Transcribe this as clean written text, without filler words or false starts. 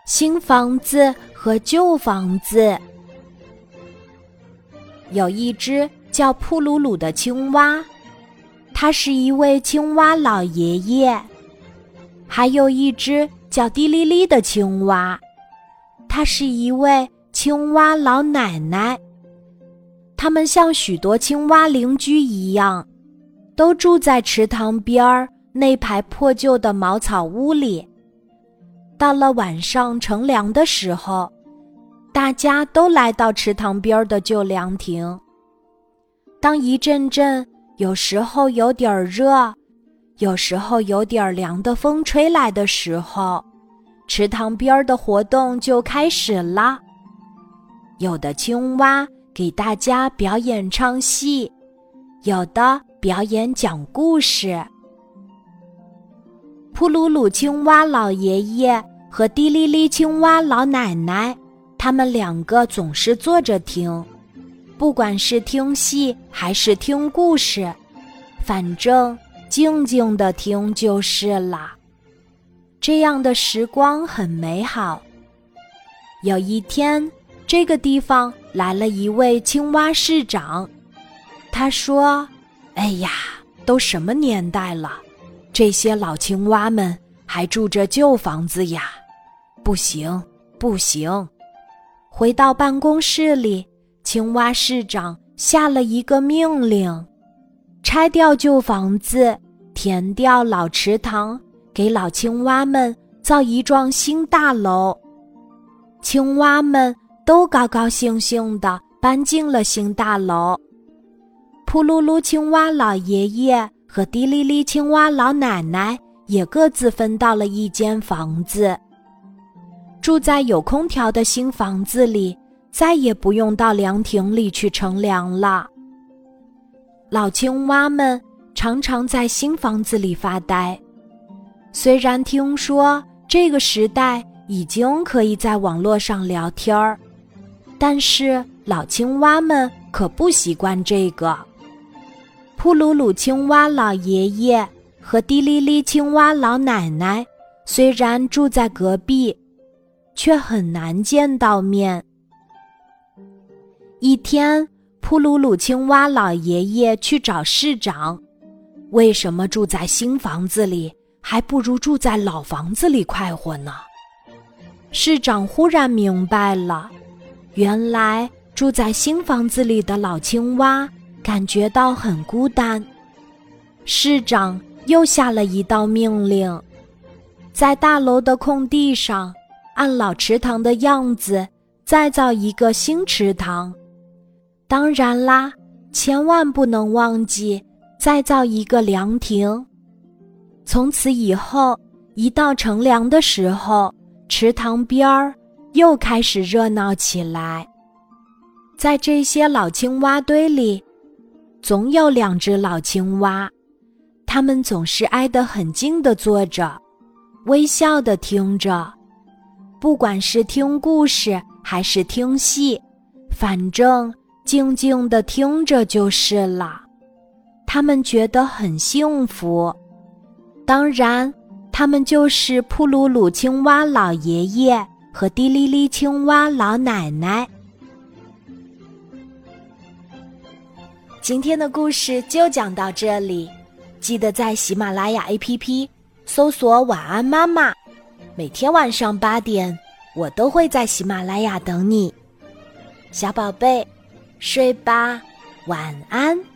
新房子和旧房子。有一只叫扑噜噜的青蛙，他是一位青蛙老爷爷。还有一只叫滴哩哩的青蛙，她是一位青蛙老奶奶。他们像许多青蛙邻居一样，都住在池塘边那排破旧的茅草屋里。到了晚上乘凉的时候，大家都来到池塘边的旧凉亭。当一阵阵有时候有点热，有时候有点凉的风吹来的时候，池塘边的活动就开始了。有的青蛙给大家表演唱戏，有的表演讲故事。扑噜噜青蛙老爷爷和滴哩哩青蛙老奶奶，他们两个总是坐着听，不管是听戏还是听故事，反正静静地听就是了。这样的时光很美好。有一天，这个地方来了一位青蛙市长。他说：哎呀，都什么年代了，这些老青蛙们还住着旧房子呀，不行不行。回到办公室里，青蛙市长下了一个命令，拆掉旧房子，填掉老池塘，给老青蛙们造一幢新大楼。青蛙们都高高兴兴地搬进了新大楼。扑噜噜青蛙老爷爷和滴哩哩青蛙老奶奶也各自分到了一间房子。住在有空调的新房子里，再也不用到凉亭里去乘凉了。老青蛙们常常在新房子里发呆。虽然听说这个时代已经可以在网络上聊天儿，但是老青蛙们可不习惯这个。扑噜噜青蛙老爷爷和滴哩哩青蛙老奶奶虽然住在隔壁，却很难见到面。一天，扑噜噜青蛙老爷爷去找市长，为什么住在新房子里还不如住在老房子里快活呢？市长忽然明白了，原来住在新房子里的老青蛙感觉到很孤单。市长又下了一道命令，在大楼的空地上按老池塘的样子再造一个新池塘。当然啦，千万不能忘记再造一个凉亭。从此以后，一到乘凉的时候，池塘边儿又开始热闹起来。在这些老青蛙堆里，总有两只老青蛙，它们总是挨得很近地坐着，微笑地听着。不管是听故事还是听戏，反正静静地听着就是了。他们觉得很幸福。当然，他们就是扑噜噜青蛙老爷爷和滴哩哩青蛙老奶奶。今天的故事就讲到这里，记得在喜马拉雅 APP 搜索晚安妈妈，每天晚上8点，我都会在喜马拉雅等你。小宝贝，睡吧，晚安。